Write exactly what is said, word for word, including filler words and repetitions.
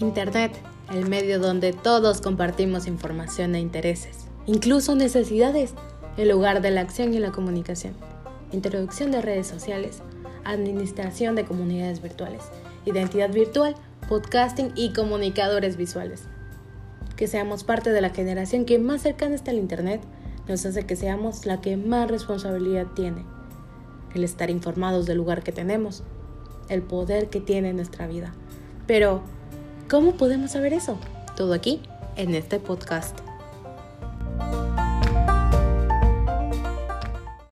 Internet, el medio donde todos compartimos información e intereses, incluso necesidades, el lugar de la acción y la comunicación. Introducción de redes sociales, administración de comunidades virtuales, identidad virtual, podcasting y comunicadores visuales. Que seamos parte de la generación que más cercana está al Internet nos hace que seamos la que más responsabilidad tiene. El estar informados del lugar que tenemos, el poder que tiene en nuestra vida. Pero, ¿cómo podemos saber eso? Todo aquí, en este podcast.